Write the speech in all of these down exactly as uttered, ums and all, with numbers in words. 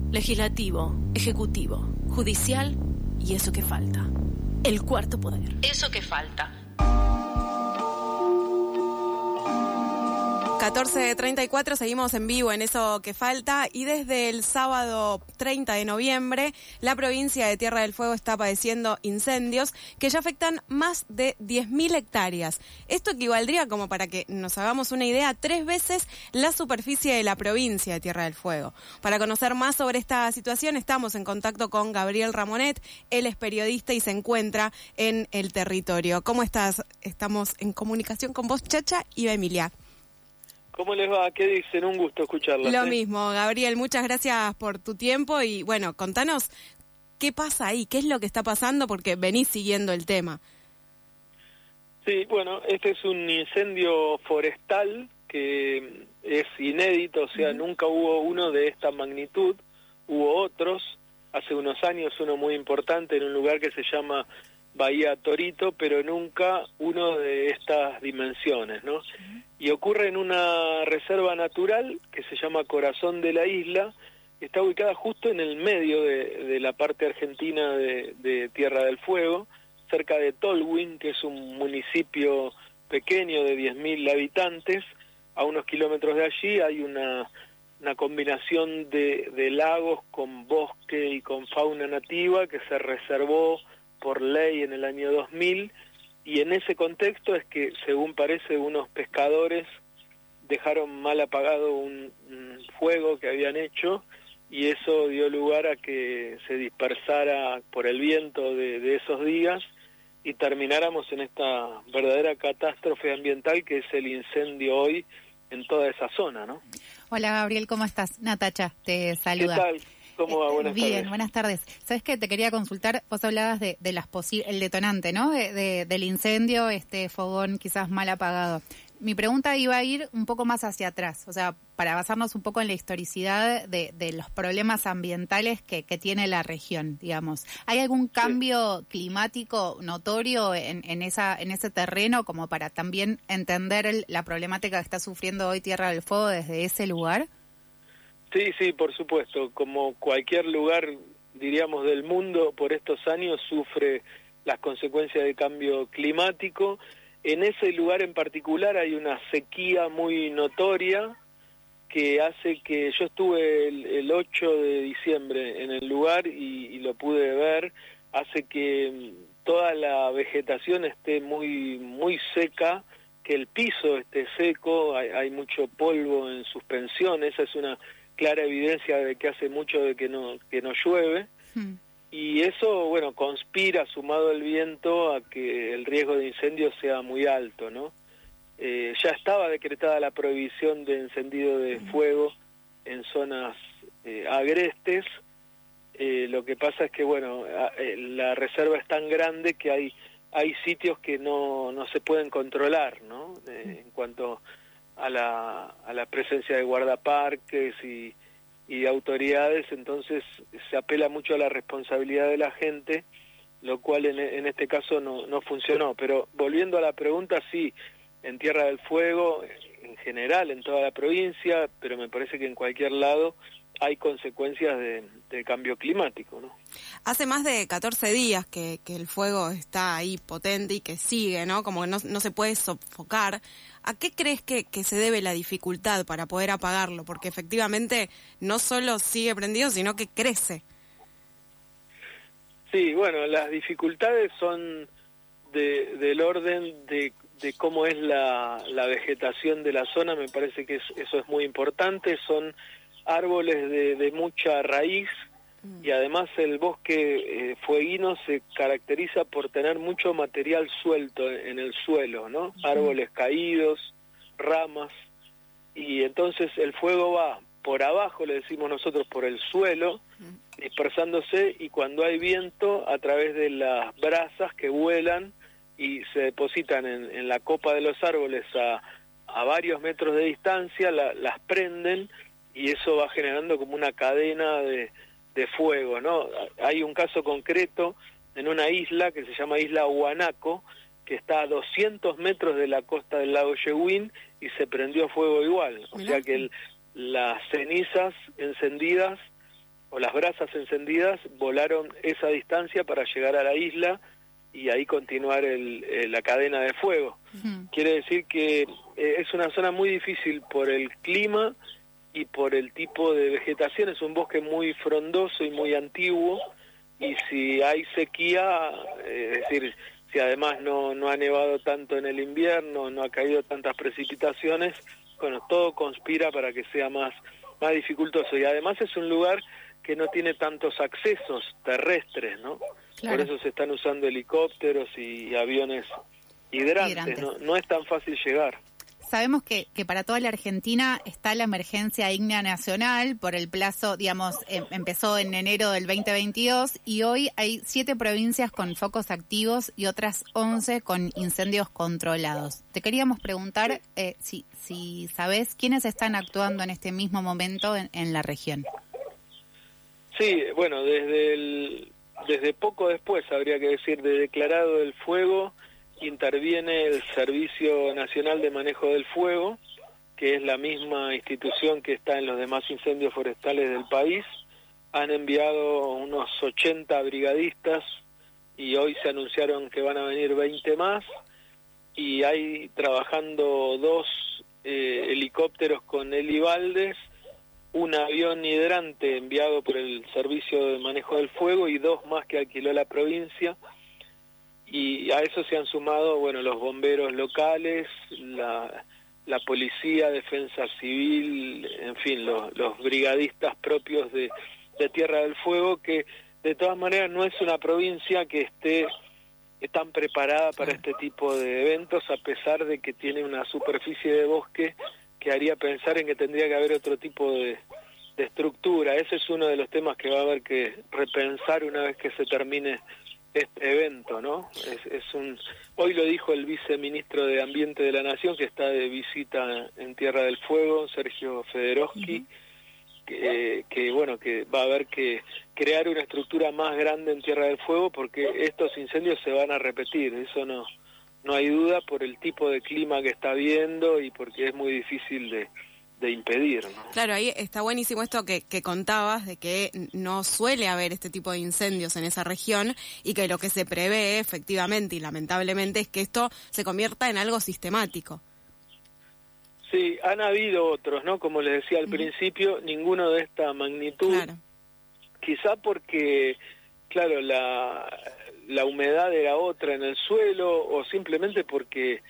legislativo, ejecutivo, judicial y eso que falta. El cuarto poder. Eso que falta. catorce treinta y cuatro, seguimos en vivo en Eso que Falta, y desde el sábado treinta de noviembre la provincia de Tierra del Fuego está padeciendo incendios que ya afectan más de diez mil hectáreas. Esto equivaldría, como para que nos hagamos una idea, a tres veces la superficie de la provincia de Tierra del Fuego. Para conocer más sobre esta situación estamos en contacto con Gabriel Ramonet. Él es periodista y se encuentra en el territorio. ¿Cómo estás? Estamos en comunicación con vos, Chacha y Emilia. ¿Cómo les va? ¿Qué dicen? Un gusto escucharlos. Lo ¿eh? mismo, Gabriel, muchas gracias por tu tiempo y bueno, contanos qué pasa ahí, qué es lo que está pasando, porque venís siguiendo el tema. Sí, bueno, este es un incendio forestal que es inédito, o sea, uh-huh. nunca hubo uno de esta magnitud, hubo otros, hace unos años uno muy importante en un lugar que se llama Bahía Torito, pero nunca uno de estas dimensiones, ¿no? Uh-huh. Y ocurre en una reserva natural que se llama Corazón de la Isla, que está ubicada justo en el medio de, de la parte argentina de, de Tierra del Fuego, cerca de Tolwyn, que es un municipio pequeño de diez mil habitantes. A unos kilómetros de allí hay una, una combinación de, de lagos con bosque y con fauna nativa que se reservó por ley en el año dos mil, y en ese contexto es que, según parece, unos pescadores dejaron mal apagado un, un fuego que habían hecho, y eso dio lugar a que se dispersara por el viento de, de esos días y termináramos en esta verdadera catástrofe ambiental que es el incendio hoy en toda esa zona, ¿no? Hola Gabriel, ¿cómo estás? Natacha te saluda. ¿Qué tal? ¿Cómo va? Buenas Bien, tardes. buenas tardes. ¿Sabes qué? Te quería consultar, vos hablabas de, de las posi- el detonante, ¿no? De, de, del incendio, este fogón quizás mal apagado. Mi pregunta iba a ir un poco más hacia atrás, o sea, para basarnos un poco en la historicidad de, de los problemas ambientales que, que tiene la región, digamos. ¿Hay algún cambio sí. climático notorio en, en, esa, en ese terreno como para también entender el, la problemática que está sufriendo hoy Tierra del Fuego desde ese lugar? Sí, sí, por supuesto. Como cualquier lugar, diríamos, del mundo, por estos años sufre las consecuencias del cambio climático. En ese lugar en particular hay una sequía muy notoria que hace que... Yo estuve el, el ocho de diciembre en el lugar y, y lo pude ver, hace que toda la vegetación esté muy, muy seca, que el piso esté seco, hay, hay mucho polvo en suspensión, esa es una clara evidencia de que hace mucho de que no, que no llueve. Hmm. Y eso, bueno, conspira, sumado el viento, a que el riesgo de incendio sea muy alto, ¿no? Eh, ya estaba decretada la prohibición de encendido de fuego en zonas eh, agrestes. Eh, lo que pasa es que, bueno, a, eh, la reserva es tan grande que hay hay sitios que no, no se pueden controlar, ¿no? Eh, en cuanto a la, a la presencia de guardaparques y... y autoridades, entonces se apela mucho a la responsabilidad de la gente, lo cual en, en este caso no, no funcionó. Pero volviendo a la pregunta, sí, en Tierra del Fuego, en general, en toda la provincia, pero me parece que en cualquier lado hay consecuencias de, de cambio climático, ¿no? Hace más de catorce días que, que el fuego está ahí potente y que sigue, ¿no? Como que no, no se puede sofocar. ¿A qué crees que, que se debe la dificultad para poder apagarlo? Porque efectivamente no solo sigue prendido, sino que crece. Sí, bueno, las dificultades son de, del orden de, de cómo es la, la vegetación de la zona. Me parece que es, eso es muy importante. Son árboles de, de mucha raíz, y además el bosque eh, fueguino se caracteriza por tener mucho material suelto en el suelo, ¿no? Árboles caídos, ramas, y entonces el fuego va por abajo, le decimos nosotros, por el suelo, dispersándose, y cuando hay viento, a través de las brasas que vuelan y se depositan en, en la copa de los árboles a, a varios metros de distancia, la, las prenden, y eso va generando como una cadena de de fuego, ¿no? Hay un caso concreto en una isla que se llama Isla Huanaco, que está a doscientos metros de la costa del lago Yewin, y se prendió fuego igual. O sea que el, las cenizas encendidas o las brasas encendidas volaron esa distancia para llegar a la isla y ahí continuar el, eh, la cadena de fuego. Uh-huh. Quiere decir que eh, es una zona muy difícil por el clima y por el tipo de vegetación. Es un bosque muy frondoso y muy antiguo, y si hay sequía, eh, es decir, si además no, no ha nevado tanto en el invierno, no ha caído tantas precipitaciones, bueno, todo conspira para que sea más, más dificultoso. Y además es un lugar que no tiene tantos accesos terrestres, ¿no? Claro. Por eso se están usando helicópteros y, y aviones hidrantes, hidrantes. ¿no? No es tan fácil llegar. Sabemos que, que para toda la Argentina está la emergencia ígnea nacional por el plazo, digamos, eh, empezó en enero del veinte veintidós y hoy hay siete provincias con focos activos y otras once con incendios controlados. Te queríamos preguntar eh, si, si sabés quiénes están actuando en este mismo momento en, en la región. Sí, bueno, desde el, desde poco después, habría que decir, de declarado el fuego, interviene el Servicio Nacional de Manejo del Fuego, que es la misma institución que está en los demás incendios forestales del país. Han enviado unos ochenta brigadistas y hoy se anunciaron que van a venir veinte más, y hay trabajando dos eh, helicópteros con helibaldes, un avión hidrante enviado por el Servicio de Manejo del Fuego y dos más que alquiló la provincia. Y a eso se han sumado, bueno, los bomberos locales, la, la policía, defensa civil, en fin, los, los brigadistas propios de, de Tierra del Fuego, que de todas maneras no es una provincia que esté tan preparada para este tipo de eventos, a pesar de que tiene una superficie de bosque que haría pensar en que tendría que haber otro tipo de, de estructura. Ese es uno de los temas que va a haber que repensar una vez que se termine este evento, ¿no? Es, es un hoy lo dijo el viceministro de Ambiente de la Nación, que está de visita en Tierra del Fuego, Sergio Federowski, uh-huh. que, que bueno, que va a haber que crear una estructura más grande en Tierra del Fuego, porque estos incendios se van a repetir, eso no no hay duda, por el tipo de clima que está habiendo y porque es muy difícil de de impedir, ¿no? Claro, ahí está buenísimo esto que, que contabas, de que no suele haber este tipo de incendios en esa región y que lo que se prevé efectivamente y lamentablemente es que esto se convierta en algo sistemático. Sí, han habido otros, ¿no? Como les decía al mm. principio, ninguno de esta magnitud, claro. Quizá porque, claro, la, la humedad era otra en el suelo, o simplemente porque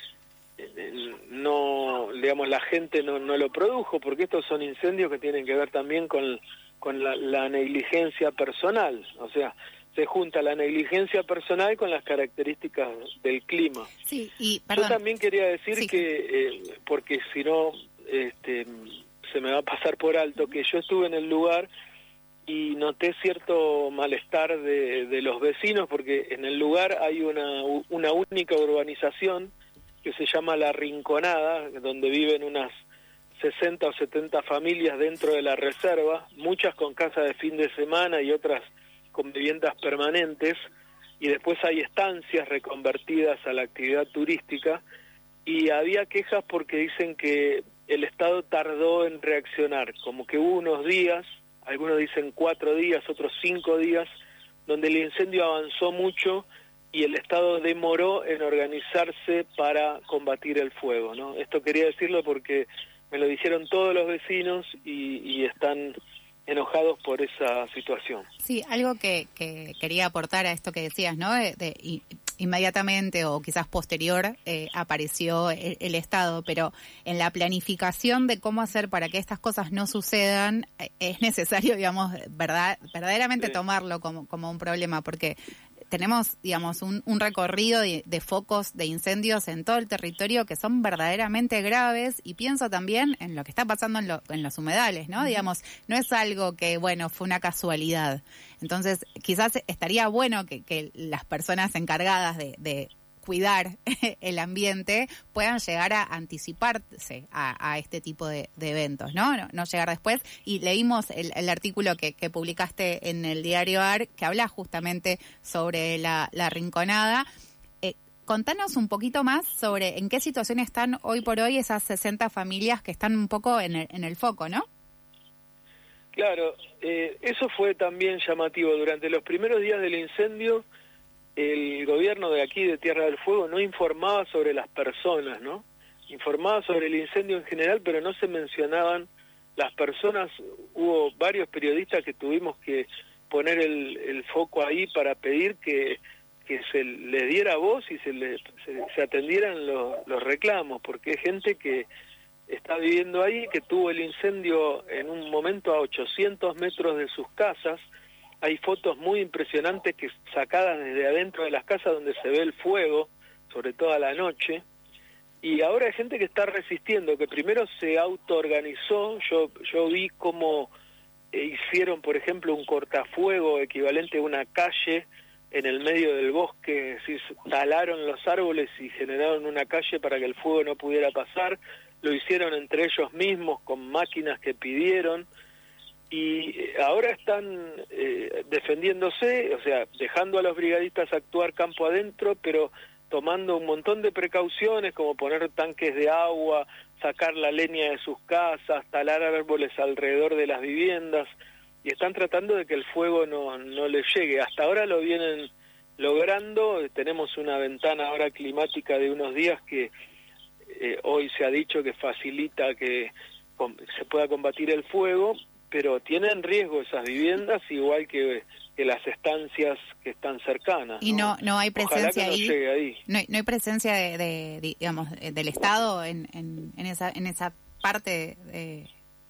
no, digamos, la gente no, no lo produjo, porque estos son incendios que tienen que ver también con, con la, la negligencia personal, o sea, se junta la negligencia personal con las características del clima. Sí, y, yo también quería decir sí. que, eh, porque si no este, se me va a pasar por alto, que yo estuve en el lugar y noté cierto malestar de, de los vecinos, porque en el lugar hay una, una única urbanización que se llama La Rinconada, donde viven unas sesenta o setenta familias dentro de la reserva, muchas con casa de fin de semana y otras con viviendas permanentes, y después hay estancias reconvertidas a la actividad turística, y había quejas porque dicen que el Estado tardó en reaccionar, como que hubo unos días, algunos dicen cuatro días, otros cinco días, donde el incendio avanzó mucho y el Estado demoró en organizarse para combatir el fuego, ¿no? Esto quería decirlo porque me lo dijeron todos los vecinos y, y están enojados por esa situación. Sí, algo que, que quería aportar a esto que decías, ¿no? De, de, y, inmediatamente o quizás posterior eh, apareció el, el Estado, pero en la planificación de cómo hacer para que estas cosas no sucedan, eh, es necesario, digamos, verdad, verdaderamente sí. tomarlo como, como un problema, porque tenemos, digamos, un, un recorrido de, de focos de incendios en todo el territorio que son verdaderamente graves, y pienso también en lo que está pasando en, lo, en los humedales, ¿no? Uh-huh. Digamos, no es algo que, bueno, fue una casualidad. Entonces, quizás estaría bueno que, que las personas encargadas de, de cuidar el ambiente puedan llegar a anticiparse a, a este tipo de, de eventos, ¿no? ¿no? No llegar después. Y leímos el, el artículo que, que publicaste en el diario A R, que habla justamente sobre la, la Rinconada. Eh, contanos un poquito más sobre en qué situación están hoy por hoy esas sesenta familias que están un poco en el, en el foco, ¿no? Claro, eh, eso fue también llamativo. Durante los primeros días del incendio, el gobierno de aquí, de Tierra del Fuego, no informaba sobre las personas, ¿no? Informaba sobre el incendio en general, pero no se mencionaban las personas. Hubo varios periodistas que tuvimos que poner el, el foco ahí para pedir que, que se les diera voz y se, le, se, se atendieran los, los reclamos, porque hay gente que está viviendo ahí, que tuvo el incendio en un momento a ochocientos metros de sus casas. Hay fotos muy impresionantes que sacadas desde adentro de las casas donde se ve el fuego, sobre todo a la noche. Y ahora hay gente que está resistiendo, que primero se autoorganizó. Yo yo vi cómo eh, hicieron, por ejemplo, un cortafuego equivalente a una calle en el medio del bosque, es decir, talaron los árboles y generaron una calle para que el fuego no pudiera pasar. Lo hicieron entre ellos mismos con máquinas que pidieron. Y ahora están eh, defendiéndose, o sea, dejando a los brigadistas actuar campo adentro, pero tomando un montón de precauciones, como poner tanques de agua, sacar la leña de sus casas, talar árboles alrededor de las viviendas, y están tratando de que el fuego no, no les llegue. Hasta ahora lo vienen logrando. Tenemos una ventana ahora climática de unos días que eh, hoy se ha dicho que facilita que com- se pueda combatir el fuego, pero tienen riesgo esas viviendas, igual que, que las estancias que están cercanas. Y no, no, no hay presencia Ojalá que no ahí. llegue ahí. No hay, no hay presencia de, de, de, digamos, del Estado en, en, en esa en esa parte. De...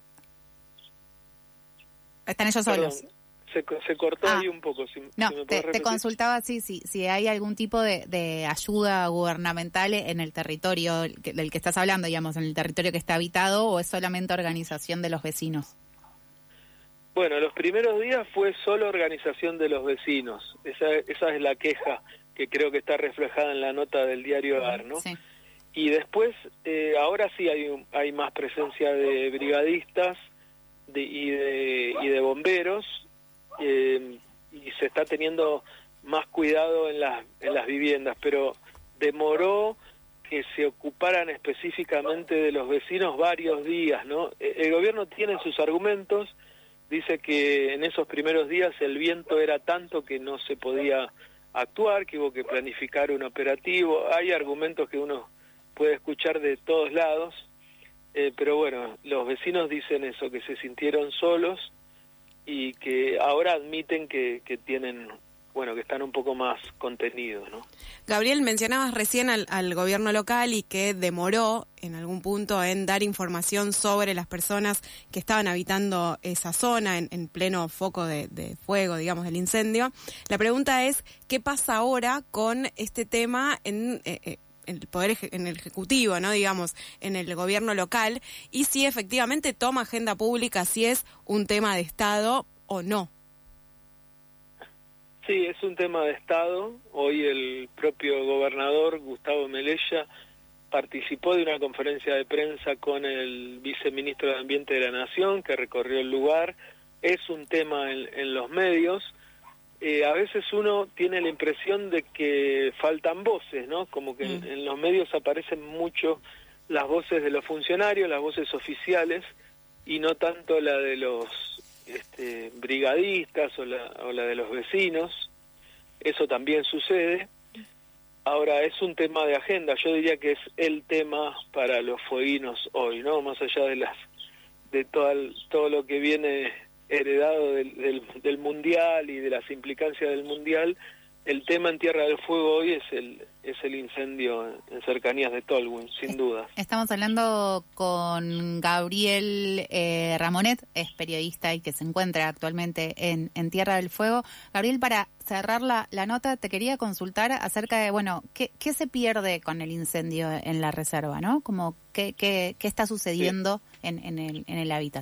Están ellos Perdón, solos. se, se cortó ah, ahí un poco. Si, no, si me te, te consultaba si, si, si hay algún tipo de, de ayuda gubernamental en el territorio que, del que estás hablando, digamos, en el territorio que está habitado, o es solamente organización de los vecinos. Bueno, los primeros días fue solo organización de los vecinos. Esa, esa es la queja que creo que está reflejada en la nota del diario A R, ¿no? Sí. Y después, eh, ahora sí hay un, hay más presencia de brigadistas de, y, de, y de bomberos, eh, y se está teniendo más cuidado en las, en las viviendas, pero demoró que se ocuparan específicamente de los vecinos varios días, ¿no? El gobierno tiene sus argumentos. Dice que en esos primeros días el viento era tanto que no se podía actuar, que hubo que planificar un operativo. Hay argumentos que uno puede escuchar de todos lados, eh, pero bueno, los vecinos dicen eso, que se sintieron solos y que ahora admiten que, que tienen, bueno, que están un poco más contenidos, ¿no? Gabriel, mencionabas recién al, al gobierno local y que demoró en algún punto en dar información sobre las personas que estaban habitando esa zona en, en pleno foco de, de fuego, digamos, del incendio. La pregunta es, ¿qué pasa ahora con este tema en, eh, en el poder eje- en el ejecutivo, no, digamos, en el gobierno local, y si efectivamente toma agenda pública, si es un tema de Estado o no? Sí, es un tema de Estado. Hoy el propio gobernador, Gustavo Melella, participó de una conferencia de prensa con el viceministro de Ambiente de la Nación, que recorrió el lugar. Es un tema en, en los medios. Eh, a veces uno tiene la impresión de que faltan voces, ¿no? Como que en, en los medios aparecen mucho las voces de los funcionarios, las voces oficiales, y no tanto la de los Este, brigadistas o la, o la de los vecinos. Eso también sucede. Ahora, es un tema de agenda, yo diría que es el tema para los fueguinos hoy, ¿no? Más allá de las de todo, el, todo lo que viene heredado del, del, del Mundial y de las implicancias del Mundial, el tema en Tierra del Fuego hoy es el es el incendio en cercanías de Tolwyn, sin duda. Estamos hablando con Gabriel eh, Ramonet, es periodista y que se encuentra actualmente en, en Tierra del Fuego. Gabriel, para cerrar la, la nota, te quería consultar acerca de, bueno, ¿qué, qué se pierde con el incendio en la reserva, ¿no? Como, ¿qué, qué, qué está sucediendo sí. en, en, el, en el hábitat?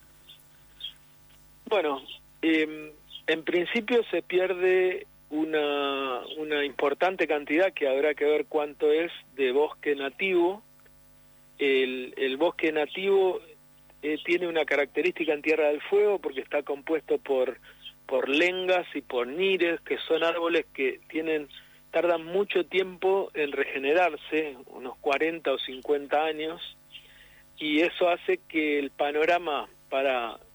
Bueno, eh, en principio se pierde una una importante cantidad, que habrá que ver cuánto es, de bosque nativo. El, el bosque nativo eh, tiene una característica en Tierra del Fuego porque está compuesto por por lengas y por nires, que son árboles que tienen tardan mucho tiempo en regenerarse, unos cuarenta o cincuenta años, y eso hace que el panorama para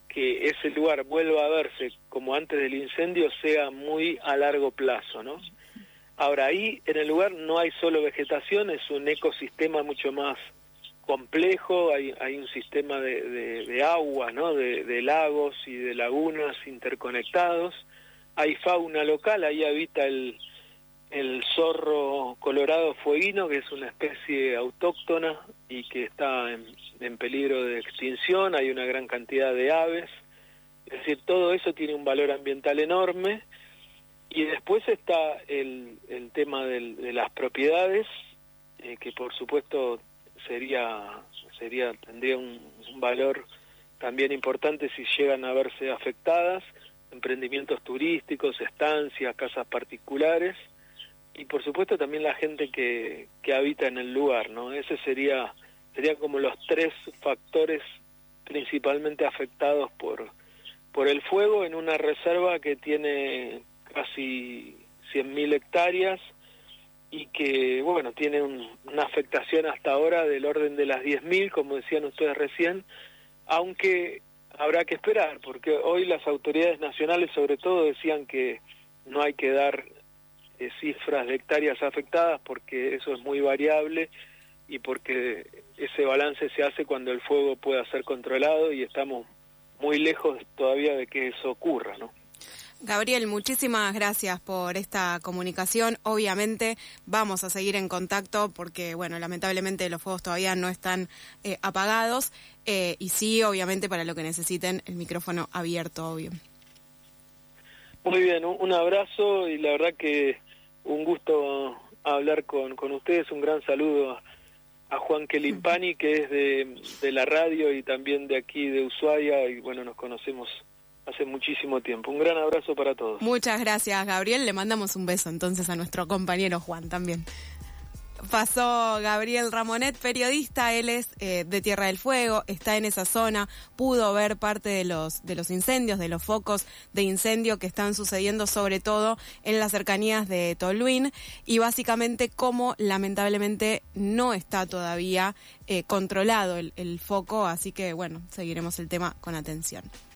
que ese lugar vuelva a verse como antes del incendio sea muy a largo plazo, ¿no? Ahora, ahí en el lugar no hay solo vegetación, es un ecosistema mucho más complejo, hay, hay un sistema de, de, de agua, ¿no? De, de lagos y de lagunas interconectados, hay fauna local, ahí habita el, el zorro colorado fueguino, que es una especie autóctona y que está en, en peligro de extinción, hay una gran cantidad de aves, es decir, todo eso tiene un valor ambiental enorme. Y después está el, el tema del, de las propiedades, eh, que por supuesto sería sería tendría un, un valor también importante si llegan a verse afectadas, emprendimientos turísticos, estancias, casas particulares, y por supuesto también la gente que, que habita en el lugar, ¿no? Ese sería serían como los tres factores principalmente afectados por, por el fuego en una reserva que tiene casi cien mil hectáreas y que, bueno, tiene un, una afectación hasta ahora del orden de las diez mil, como decían ustedes recién, aunque habrá que esperar, porque hoy las autoridades nacionales sobre todo decían que no hay que dar eh, cifras de hectáreas afectadas porque eso es muy variable y porque ese balance se hace cuando el fuego pueda ser controlado y estamos muy lejos todavía de que eso ocurra, ¿no? Gabriel, muchísimas gracias por esta comunicación. Obviamente vamos a seguir en contacto porque, bueno, lamentablemente los fuegos todavía no están eh, apagados eh, y sí, obviamente, para lo que necesiten, el micrófono abierto, obvio. Muy bien, un, un abrazo y la verdad que un gusto hablar con, con ustedes. Un gran saludo a, a Juan Kelimpani, que es de, de la radio y también de aquí de Ushuaia y, bueno, nos conocemos hace muchísimo tiempo. Un gran abrazo para todos. Muchas gracias, Gabriel. Le mandamos un beso entonces a nuestro compañero Juan también. Pasó Gabriel Ramonet, periodista, él es eh, de Tierra del Fuego, está en esa zona, pudo ver parte de los de los incendios, de los focos de incendio que están sucediendo sobre todo en las cercanías de Tolhuin y básicamente cómo lamentablemente no está todavía eh, controlado el, el foco, así que bueno, seguiremos el tema con atención.